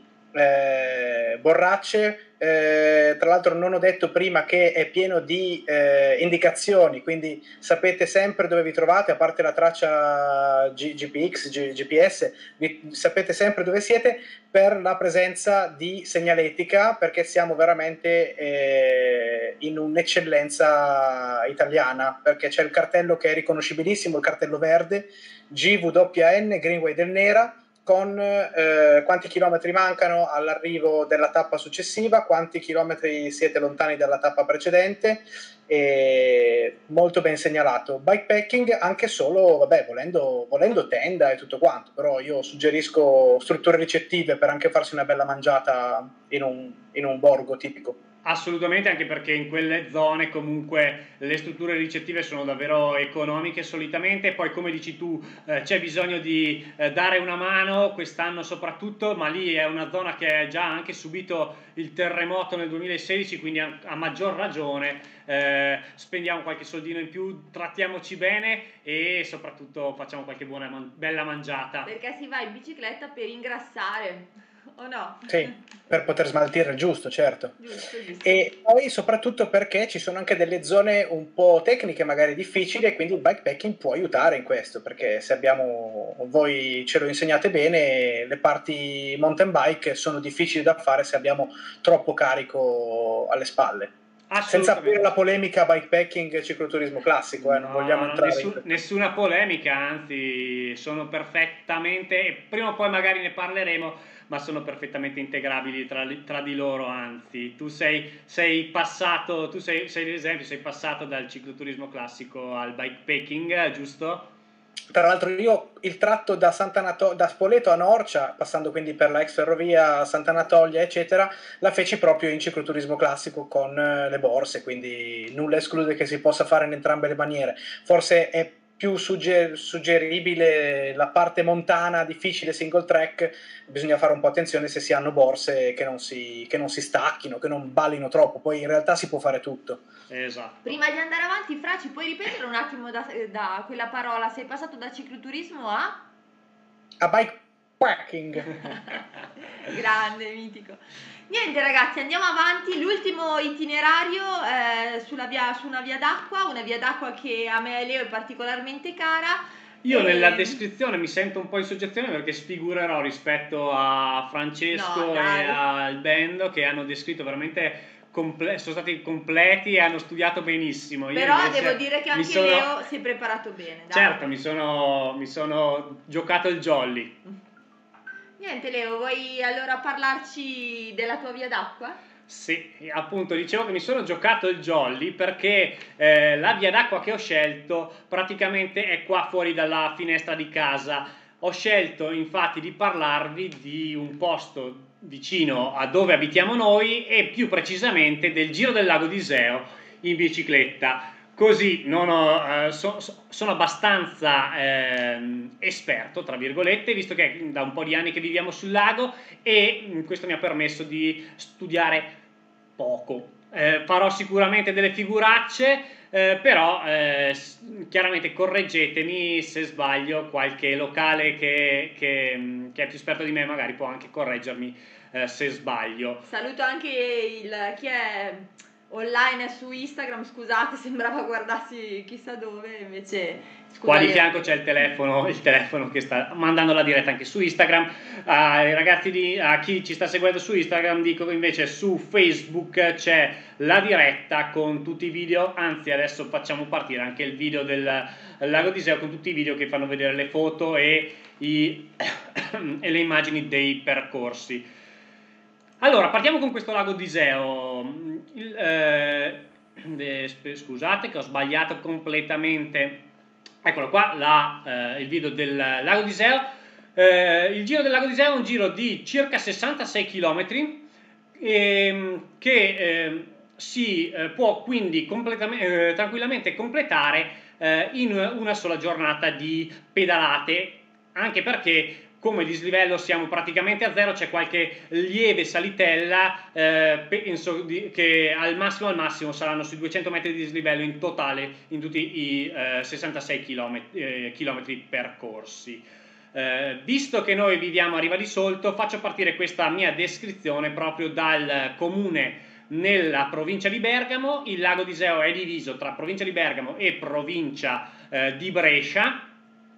borracce. Tra l'altro non ho detto prima che è pieno di indicazioni, quindi sapete sempre dove vi trovate, a parte la traccia GPX, GPS, sapete sempre dove siete, per la presenza di segnaletica, perché siamo veramente in un'eccellenza italiana, perché c'è il cartello che è riconoscibilissimo, il cartello verde GWN, Greenway del Nera, con quanti chilometri mancano all'arrivo della tappa successiva, quanti chilometri siete lontani dalla tappa precedente, e molto ben segnalato. Bikepacking anche solo, vabbè, volendo tenda e tutto quanto, però io suggerisco strutture ricettive per anche farsi una bella mangiata in un borgo tipico. Assolutamente, anche perché in quelle zone comunque le strutture ricettive sono davvero economiche solitamente, poi come dici tu c'è bisogno di dare una mano quest'anno soprattutto, ma lì è una zona che ha già anche subito il terremoto nel 2016, quindi a maggior ragione spendiamo qualche soldino in più, trattiamoci bene e soprattutto facciamo qualche bella mangiata. Perché si va in bicicletta per ingrassare, o no? Sì, per poter smaltire, giusto, certo. Giusto. E poi soprattutto perché ci sono anche delle zone un po' tecniche, magari difficili, e quindi il bikepacking può aiutare in questo, perché se voi ce lo insegnate bene, le parti mountain bike sono difficili da fare se abbiamo troppo carico alle spalle. Senza aprire la polemica bikepacking e cicloturismo classico, non vogliamo entrare nessuna polemica, anzi sono perfettamente, e prima o poi magari ne parleremo, ma sono perfettamente integrabili tra di loro, anzi tu sei passato, tu sei l'esempio, sei passato dal cicloturismo classico al bikepacking, giusto? Tra l'altro io il tratto da Spoleto a Norcia, passando quindi per la ex ferrovia Sant'Anatolia eccetera, la feci proprio in cicloturismo classico con le borse, quindi nulla esclude che si possa fare in entrambe le maniere. Forse è più suggeribile la parte montana, difficile, single track, bisogna fare un po' attenzione se si hanno borse che non si stacchino, che non ballino troppo, poi in realtà si può fare tutto. Esatto. Prima di andare avanti, Fra, ci puoi ripetere un attimo da quella parola? Sei passato da cicloturismo a bikepacking. Grande, mitico. Niente ragazzi, andiamo avanti. L'ultimo itinerario su una via d'acqua che a me e Leo è particolarmente cara. Io nella descrizione mi sento un po' in soggezione perché sfigurerò rispetto a Francesco e al Bendo, che hanno descritto veramente sono stati completi e hanno studiato benissimo. Però devo dire che anche Leo si è preparato bene. Dai. Certo, mi sono giocato il jolly. Niente Leo, vuoi allora parlarci della tua via d'acqua? Sì, appunto dicevo che mi sono giocato il jolly perché la via d'acqua che ho scelto praticamente è qua fuori dalla finestra di casa. Ho scelto infatti di parlarvi di un posto vicino a dove abitiamo noi e più precisamente del Giro del Lago d'Iseo in bicicletta. Così sono abbastanza esperto, tra virgolette, visto che da un po' di anni che viviamo sul lago e questo mi ha permesso di studiare poco. Farò sicuramente delle figuracce, però chiaramente correggetemi se sbaglio, qualche locale che è più esperto di me magari può anche correggermi se sbaglio. Saluto anche chi è online su Instagram, scusate, sembrava guardassi chissà dove, invece qua di fianco c'è il telefono che sta mandando la diretta anche su Instagram. Ai ragazzi, a chi ci sta seguendo su Instagram dico che invece su Facebook c'è la diretta con tutti i video, anzi adesso facciamo partire anche il video del Lago d'Iseo con tutti i video che fanno vedere le foto e le immagini dei percorsi. Allora, partiamo con questo Lago d'Iseo. Scusate che ho sbagliato completamente. Eccolo qua, il video del Lago d'Iseo. Il Giro del Lago d'Iseo è un giro di circa 66 km che si può quindi tranquillamente completare in una sola giornata di pedalate, anche perché come dislivello siamo praticamente a zero, c'è qualche lieve salitella, penso che al massimo saranno sui 200 metri di dislivello in totale in tutti i 66 chilometri percorsi. Visto che noi viviamo a Riva di Solto, faccio partire questa mia descrizione proprio dal comune nella provincia di Bergamo. Il Lago d'Iseo è diviso tra provincia di Bergamo e provincia di Brescia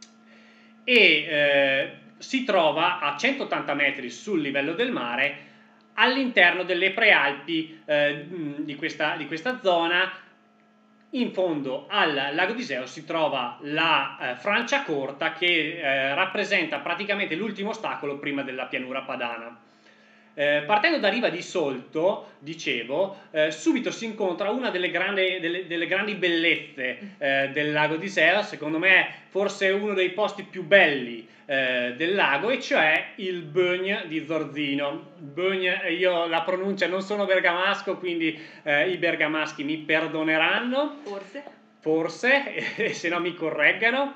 e si trova a 180 metri sul livello del mare all'interno delle prealpi di questa zona. In fondo al Lago d'Iseo si trova la Franciacorta che rappresenta praticamente l'ultimo ostacolo prima della pianura padana. Partendo da Riva di Solto, dicevo, subito si incontra una delle grandi bellezze del lago di Iseo, secondo me forse uno dei posti più belli del lago, e cioè il Bögn di Zorzino. Bögn, io la pronuncia non sono bergamasco, quindi i bergamaschi mi perdoneranno. Forse, se no mi correggano.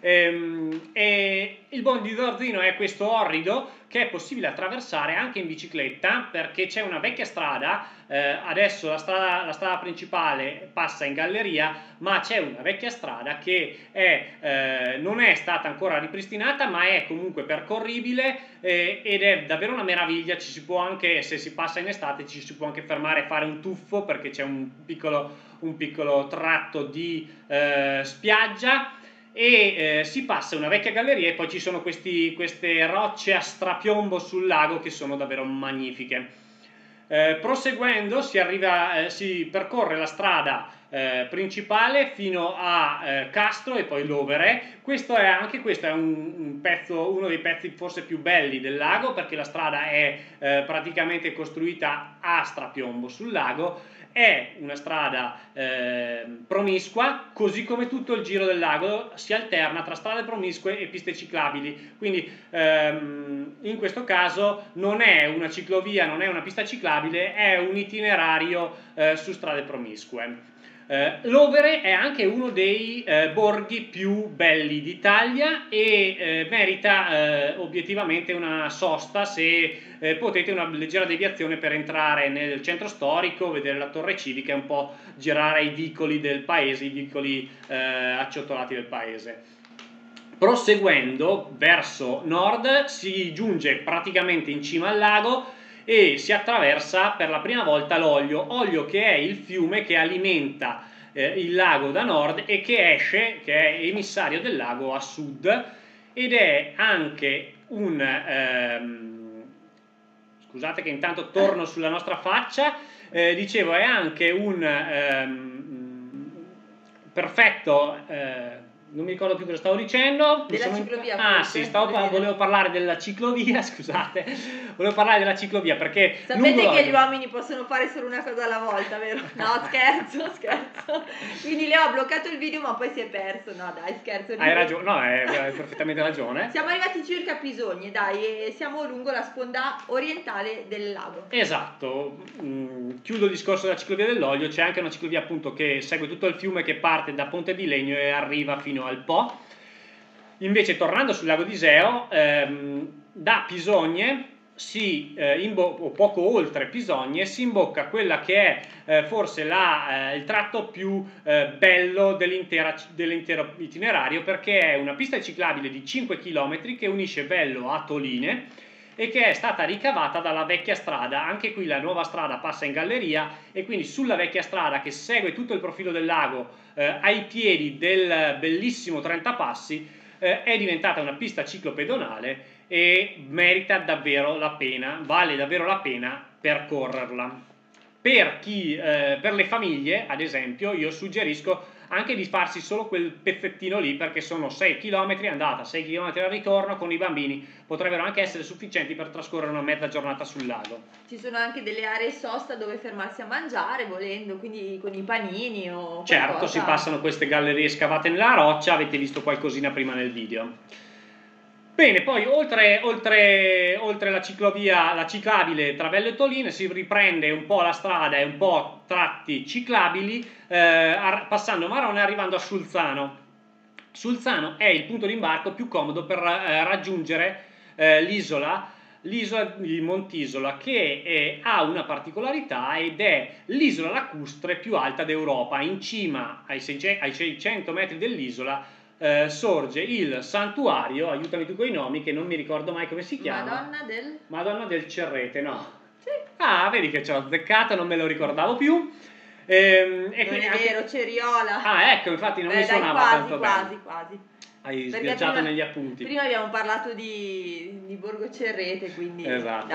E il Bögn di Zorzino è questo orrido che è possibile attraversare anche in bicicletta, perché c'è una vecchia strada, adesso la strada principale passa in galleria, ma c'è una vecchia strada che non è stata ancora ripristinata, ma è comunque percorribile ed è davvero una meraviglia. Ci si può anche, se si passa in estate, ci si può anche fermare e fare un tuffo, perché c'è un piccolo tratto di spiaggia, e si passa una vecchia galleria e poi ci sono queste rocce a strapiombo sul lago che sono davvero magnifiche. Proseguendo si percorre la strada principale fino a Castro e poi Lovere. Questo è uno dei pezzi forse più belli del lago, perché la strada è praticamente costruita a strapiombo sul lago. È una strada promiscua, così come tutto il giro del lago si alterna tra strade promiscue e piste ciclabili, quindi in questo caso non è una ciclovia, non è una pista ciclabile, è un itinerario su strade promiscue. Lovere è anche uno dei borghi più belli d'Italia e merita obiettivamente una sosta, se potete, una leggera deviazione per entrare nel centro storico, vedere la torre civica e un po' girare i vicoli del paese, i vicoli acciottolati del paese. Proseguendo verso nord si giunge praticamente in cima al lago e si attraversa per la prima volta l'Oglio, che è il fiume che alimenta il lago da nord e che è emissario del lago a sud, ed è anche scusate che intanto torno sulla nostra faccia, dicevo, è anche un perfetto... non mi ricordo più cosa stavo dicendo. Ciclovia. Sì, volevo parlare della ciclovia, scusate. Volevo parlare della ciclovia perché... Sapete che gli uomini possono fare solo una cosa alla volta, vero? No, scherzo. Quindi Leo ha bloccato il video ma poi si è perso. No, dai, scherzo. Hai ragione, no, hai perfettamente ragione. Siamo arrivati circa a Pisogni, dai, e siamo lungo la sponda orientale del lago. Esatto. Chiudo il discorso della ciclovia dell'Oglio. C'è anche una ciclovia appunto che segue tutto il fiume, che parte da Ponte di Legno e arriva fino al Po. Invece, tornando sul lago di Iseo, da Pisogne o poco oltre Pisogne si imbocca quella che è forse il tratto più bello dell'intero itinerario, perché è una pista ciclabile di 5 km che unisce Vello a Toline e che è stata ricavata dalla vecchia strada. Anche qui la nuova strada passa in galleria e quindi sulla vecchia strada, che segue tutto il profilo del lago ai piedi del bellissimo Trentapassi, è diventata una pista ciclopedonale e merita davvero la pena, vale davvero la pena percorrerla. Per le famiglie, ad esempio, io suggerisco anche di farsi solo quel pezzettino lì, perché sono 6 km andata, 6 km al ritorno, con i bambini potrebbero anche essere sufficienti per trascorrere una mezza giornata sul lago. Ci sono anche delle aree sosta dove fermarsi a mangiare volendo, quindi con i panini o qualcosa. Certo, si passano queste gallerie scavate nella roccia, avete visto qualcosina prima nel video. Bene, poi oltre la ciclovia, la ciclabile tra Vello e Toline, si riprende un po' la strada e un po' tratti ciclabili, passando Marone e arrivando a Sulzano. Sulzano è il punto di imbarco più comodo per raggiungere l'isola di Montisola, che ha una particolarità ed è l'isola lacustre più alta d'Europa. In cima ai 600 metri dell'isola sorge il santuario, aiutami tu con i nomi che non mi ricordo mai come si chiama. Madonna del Cerrete, no? Sì. Ah, vedi che ci ho azzeccato, non me lo ricordavo più. Non è vero, Ceriola. Ah, ecco, infatti non mi suonava tanto bene. Quasi. Hai sbirciato negli appunti. Prima abbiamo parlato di Borgo Cerrete, quindi esatto.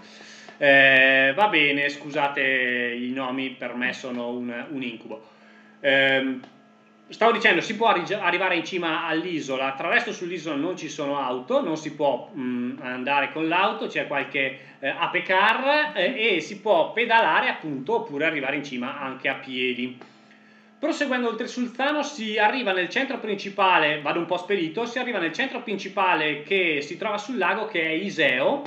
Dai. Va bene, scusate, i nomi per me sono un incubo. Stavo dicendo, si può arrivare in cima all'isola, tra l'altro sull'isola non ci sono auto, non si può andare con l'auto, c'è qualche ape car e si può pedalare appunto oppure arrivare in cima anche a piedi. Proseguendo oltre Sulzano si arriva nel centro principale, vado un po' spedito, si arriva nel centro principale che si trova sul lago, che è Iseo,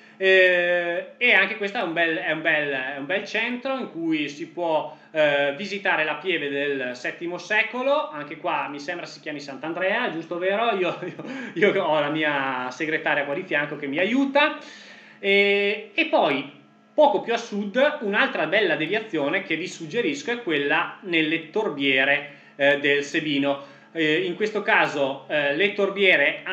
e anche questo è un bel centro in cui si può visitare la pieve del VII secolo. Anche qua mi sembra si chiami Sant'Andrea, giusto, vero? Io ho la mia segretaria qua di fianco che mi aiuta, e poi poco più a sud un'altra bella deviazione che vi suggerisco è quella nelle torbiere del Sebino. In questo caso le torbiere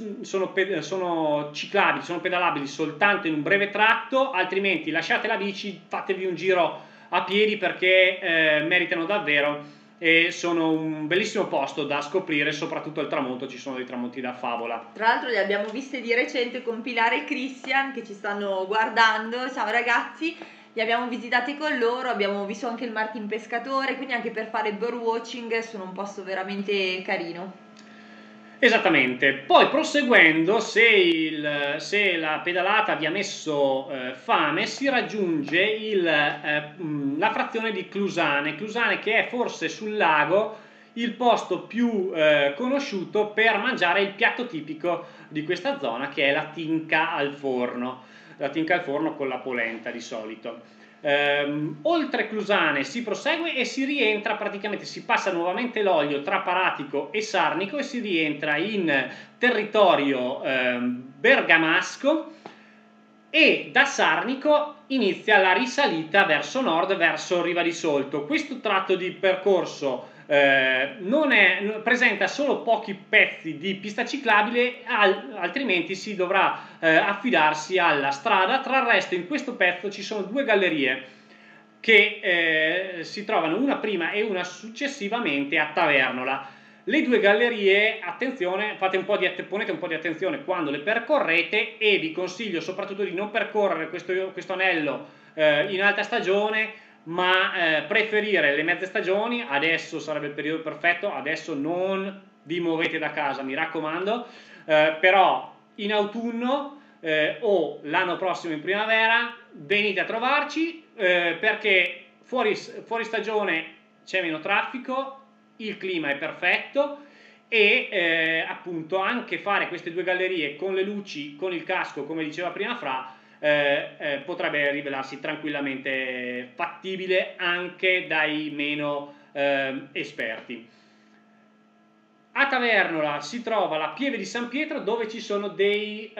sono ciclabili, sono pedalabili soltanto in un breve tratto, altrimenti lasciate la bici, fatevi un giro a piedi perché meritano davvero e sono un bellissimo posto da scoprire, soprattutto al tramonto, ci sono dei tramonti da favola. Tra l'altro le abbiamo viste di recente con Pilare e Christian che ci stanno guardando. Ciao ragazzi, li abbiamo visitati con loro, abbiamo visto anche il Martin Pescatore, quindi anche per fare birdwatching sono un posto veramente carino. Esattamente. Poi proseguendo, se la pedalata vi ha messo fame, si raggiunge la frazione di Clusane, che è forse sul lago il posto più conosciuto per mangiare il piatto tipico di questa zona, che è la tinca al forno. La tinca al forno con la polenta di solito. Oltre Clusane si prosegue e si rientra, praticamente si passa nuovamente l'olio tra Paratico e Sarnico e si rientra in territorio bergamasco, e da Sarnico inizia la risalita verso nord, verso Riva di Solto. Questo tratto di percorso presenta solo pochi pezzi di pista ciclabile, altrimenti si dovrà affidarsi alla strada. Tra il resto in questo pezzo ci sono due gallerie che si trovano una prima e una successivamente a Tavernola. Le due gallerie, attenzione, ponete un po' di attenzione quando le percorrete, e vi consiglio soprattutto di non percorrere questo anello in alta stagione, ma preferire le mezze stagioni. Adesso sarebbe il periodo perfetto, adesso non vi muovete da casa, mi raccomando, però in autunno o l'anno prossimo in primavera venite a trovarci, perché fuori stagione c'è meno traffico, il clima è perfetto e appunto anche fare queste due gallerie con le luci, con il casco, come diceva prima Fra, potrebbe rivelarsi tranquillamente fattibile anche dai meno esperti. A Tavernola si trova la pieve di San Pietro, dove ci sono degli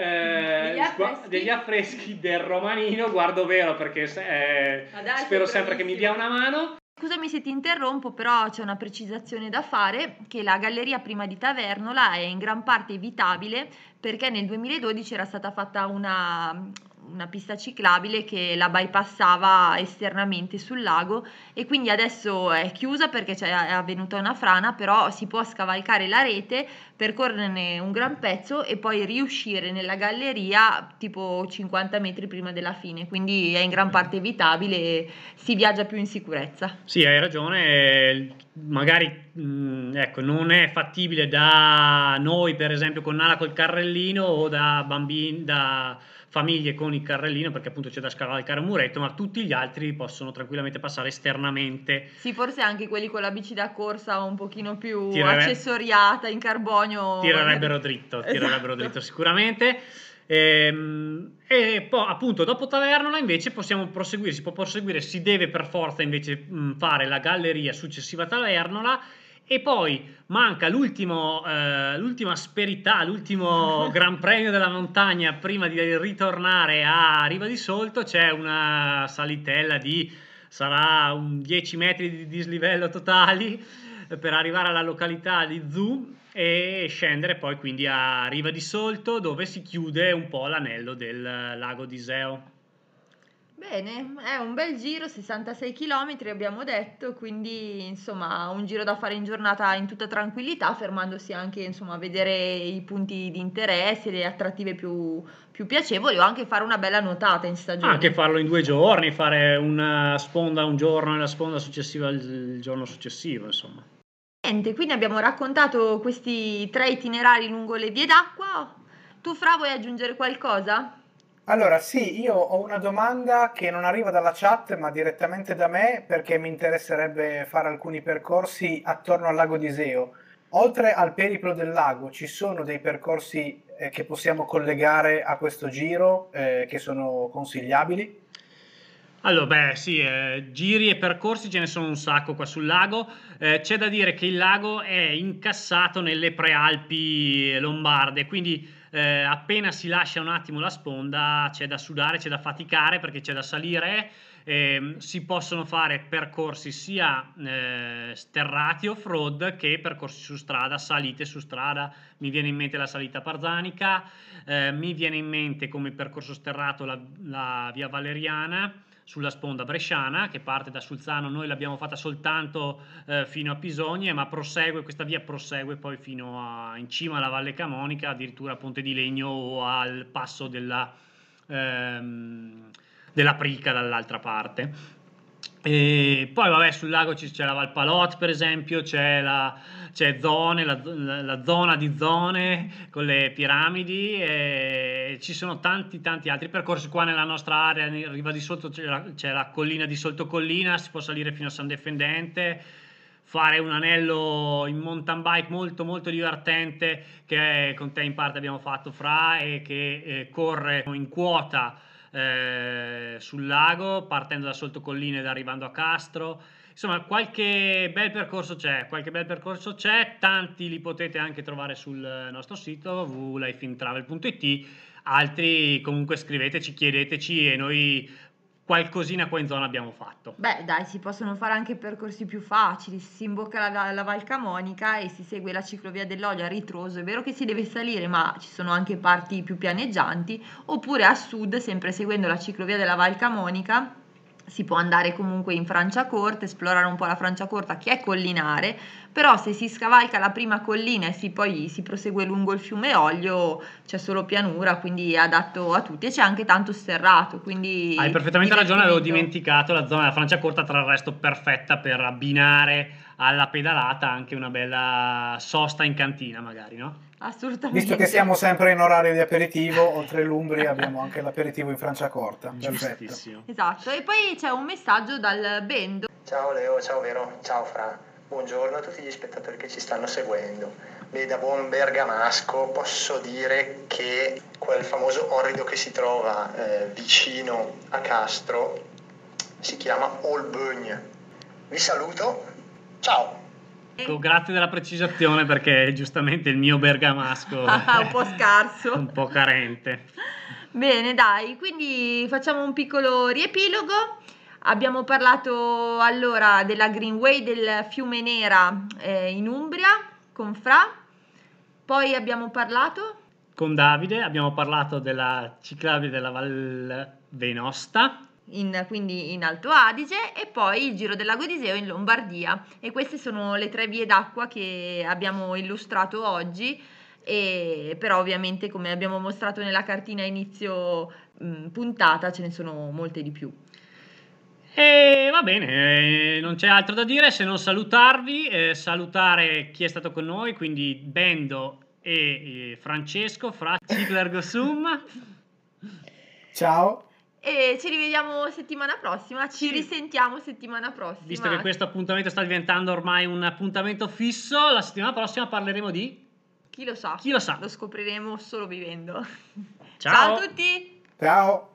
affreschi del romanino, guardo vero perché spero sempre che mi dia una mano. Scusami se ti interrompo, però c'è una precisazione da fare, che la galleria prima di Tavernola è in gran parte evitabile perché nel 2012 era stata fatta una pista ciclabile che la bypassava esternamente sul lago, e quindi adesso è chiusa perché è avvenuta una frana, però si può scavalcare la rete, percorrerne un gran pezzo e poi riuscire nella galleria tipo 50 metri prima della fine, quindi è in gran parte evitabile e si viaggia più in sicurezza. Sì, hai ragione, magari ecco, non è fattibile da noi per esempio con Nala col carrellino, o da bambini, da famiglie con il carrellino, perché appunto c'è da scavalcare un muretto, ma tutti gli altri possono tranquillamente passare esternamente. Sì, forse anche quelli con la bici da corsa un pochino più accessoriata in carbonio tirerebbero dritto, dritto sicuramente. E poi appunto dopo Tavernola invece possiamo proseguire, si può proseguire, si deve per forza invece fare la galleria successiva a Tavernola. E poi manca l'ultima asperità, l'ultimo gran premio della montagna prima di ritornare a Riva di Solto. C'è una salitella sarà un 10 metri di dislivello totali per arrivare alla località di Zu e scendere poi quindi a Riva di Solto, dove si chiude un po' l'anello del lago di Iseo. Bene, è un bel giro, 66 km abbiamo detto, quindi insomma un giro da fare in giornata in tutta tranquillità, fermandosi anche insomma a vedere i punti di interesse, le attrattive più piacevoli, o anche fare una bella nuotata in stagione. Anche farlo in 2 giorni, fare una sponda un giorno e la sponda successiva il giorno successivo, insomma. Niente, quindi abbiamo raccontato questi 3 itinerari lungo le vie d'acqua. Tu, Fra, vuoi aggiungere qualcosa? Allora, sì, io ho una domanda che non arriva dalla chat, ma direttamente da me, perché mi interesserebbe fare alcuni percorsi attorno al lago di Iseo. Oltre al periplo del lago, ci sono dei percorsi che possiamo collegare a questo giro che sono consigliabili? Allora, sì, giri e percorsi ce ne sono un sacco qua sul lago. C'è da dire che il lago è incassato nelle prealpi lombarde, quindi appena si lascia un attimo la sponda c'è da sudare, c'è da faticare perché c'è da salire. Si possono fare percorsi sia sterrati off-road che percorsi su strada, salite su strada. Mi viene in mente la salita Parzanica, mi viene in mente come percorso sterrato la via Valeriana sulla sponda bresciana che parte da Sulzano. Noi l'abbiamo fatta soltanto fino a Pisogne, ma questa via prosegue poi fino in cima alla Valle Camonica, addirittura a Ponte di Legno o al passo della Prica dall'altra parte. E poi vabbè, sul lago c'è la Valpalot per esempio, c'è Zone, la zona di Zone con le piramidi, e ci sono tanti altri percorsi. Qua nella nostra area, in riva di sotto, c'è la collina di Soltocollina, si può salire fino a San Defendente, fare un anello in mountain bike molto molto divertente che con te in parte abbiamo fatto, Fra, e che corre in quota sul lago partendo da Soltocollina ed arrivando a Castro. Insomma, qualche bel percorso c'è, tanti li potete anche trovare sul nostro sito www.lifeintravel.it. Altri comunque scriveteci, chiedeteci, e noi qualcosina qua in zona abbiamo fatto. Beh, dai, si possono fare anche percorsi più facili. Si imbocca la Val Camonica e si segue la ciclovia dell'Olio a ritroso. È vero che si deve salire, ma ci sono anche parti più pianeggianti. Oppure a sud, sempre seguendo la ciclovia della Val Camonica, si può andare comunque in Franciacorta, esplorare un po' la Franciacorta, che è collinare, però se si scavalca la prima collina e poi si prosegue lungo il fiume Olio, c'è solo pianura, quindi è adatto a tutti, e c'è anche tanto sterrato, quindi hai perfettamente ragione, avevo dimenticato la zona della Franciacorta, tra il resto perfetta per abbinare alla pedalata, anche una bella sosta in cantina magari, no? Assolutamente. Visto che siamo sempre in orario di aperitivo, oltre l'Umbria abbiamo anche l'aperitivo in Franciacorta. Giustissimo. Esatto, e poi c'è un messaggio dal Bendo. Ciao Leo, ciao Vero, ciao Fra, buongiorno a tutti gli spettatori che ci stanno seguendo. Beh, da buon bergamasco posso dire che quel famoso orrido che si trova vicino a Castro si chiama Olbögn. Vi saluto, ciao! Grazie della precisazione, perché giustamente il mio bergamasco è un po' scarso, un po' carente. Bene, dai, quindi facciamo un piccolo riepilogo. Abbiamo parlato allora della Greenway del Fiume Nera in Umbria con Fra, poi abbiamo parlato con Davide, abbiamo parlato della ciclabile della Val Venosta, quindi in Alto Adige, e poi il Giro del Lago di Iseo in Lombardia. E queste sono le 3 vie d'acqua che abbiamo illustrato oggi, e però ovviamente, come abbiamo mostrato nella cartina inizio puntata, ce ne sono molte di più. E va bene, non c'è altro da dire se non salutarvi, salutare chi è stato con noi, quindi Bendo e Francesco, Fra Ciclergo Sum. Ciao. E ci rivediamo settimana prossima, ci risentiamo settimana prossima. Visto che questo appuntamento sta diventando ormai un appuntamento fisso, la settimana prossima parleremo di... Chi lo sa? Chi lo sa? Lo scopriremo solo vivendo. Ciao Ciao a tutti! Ciao!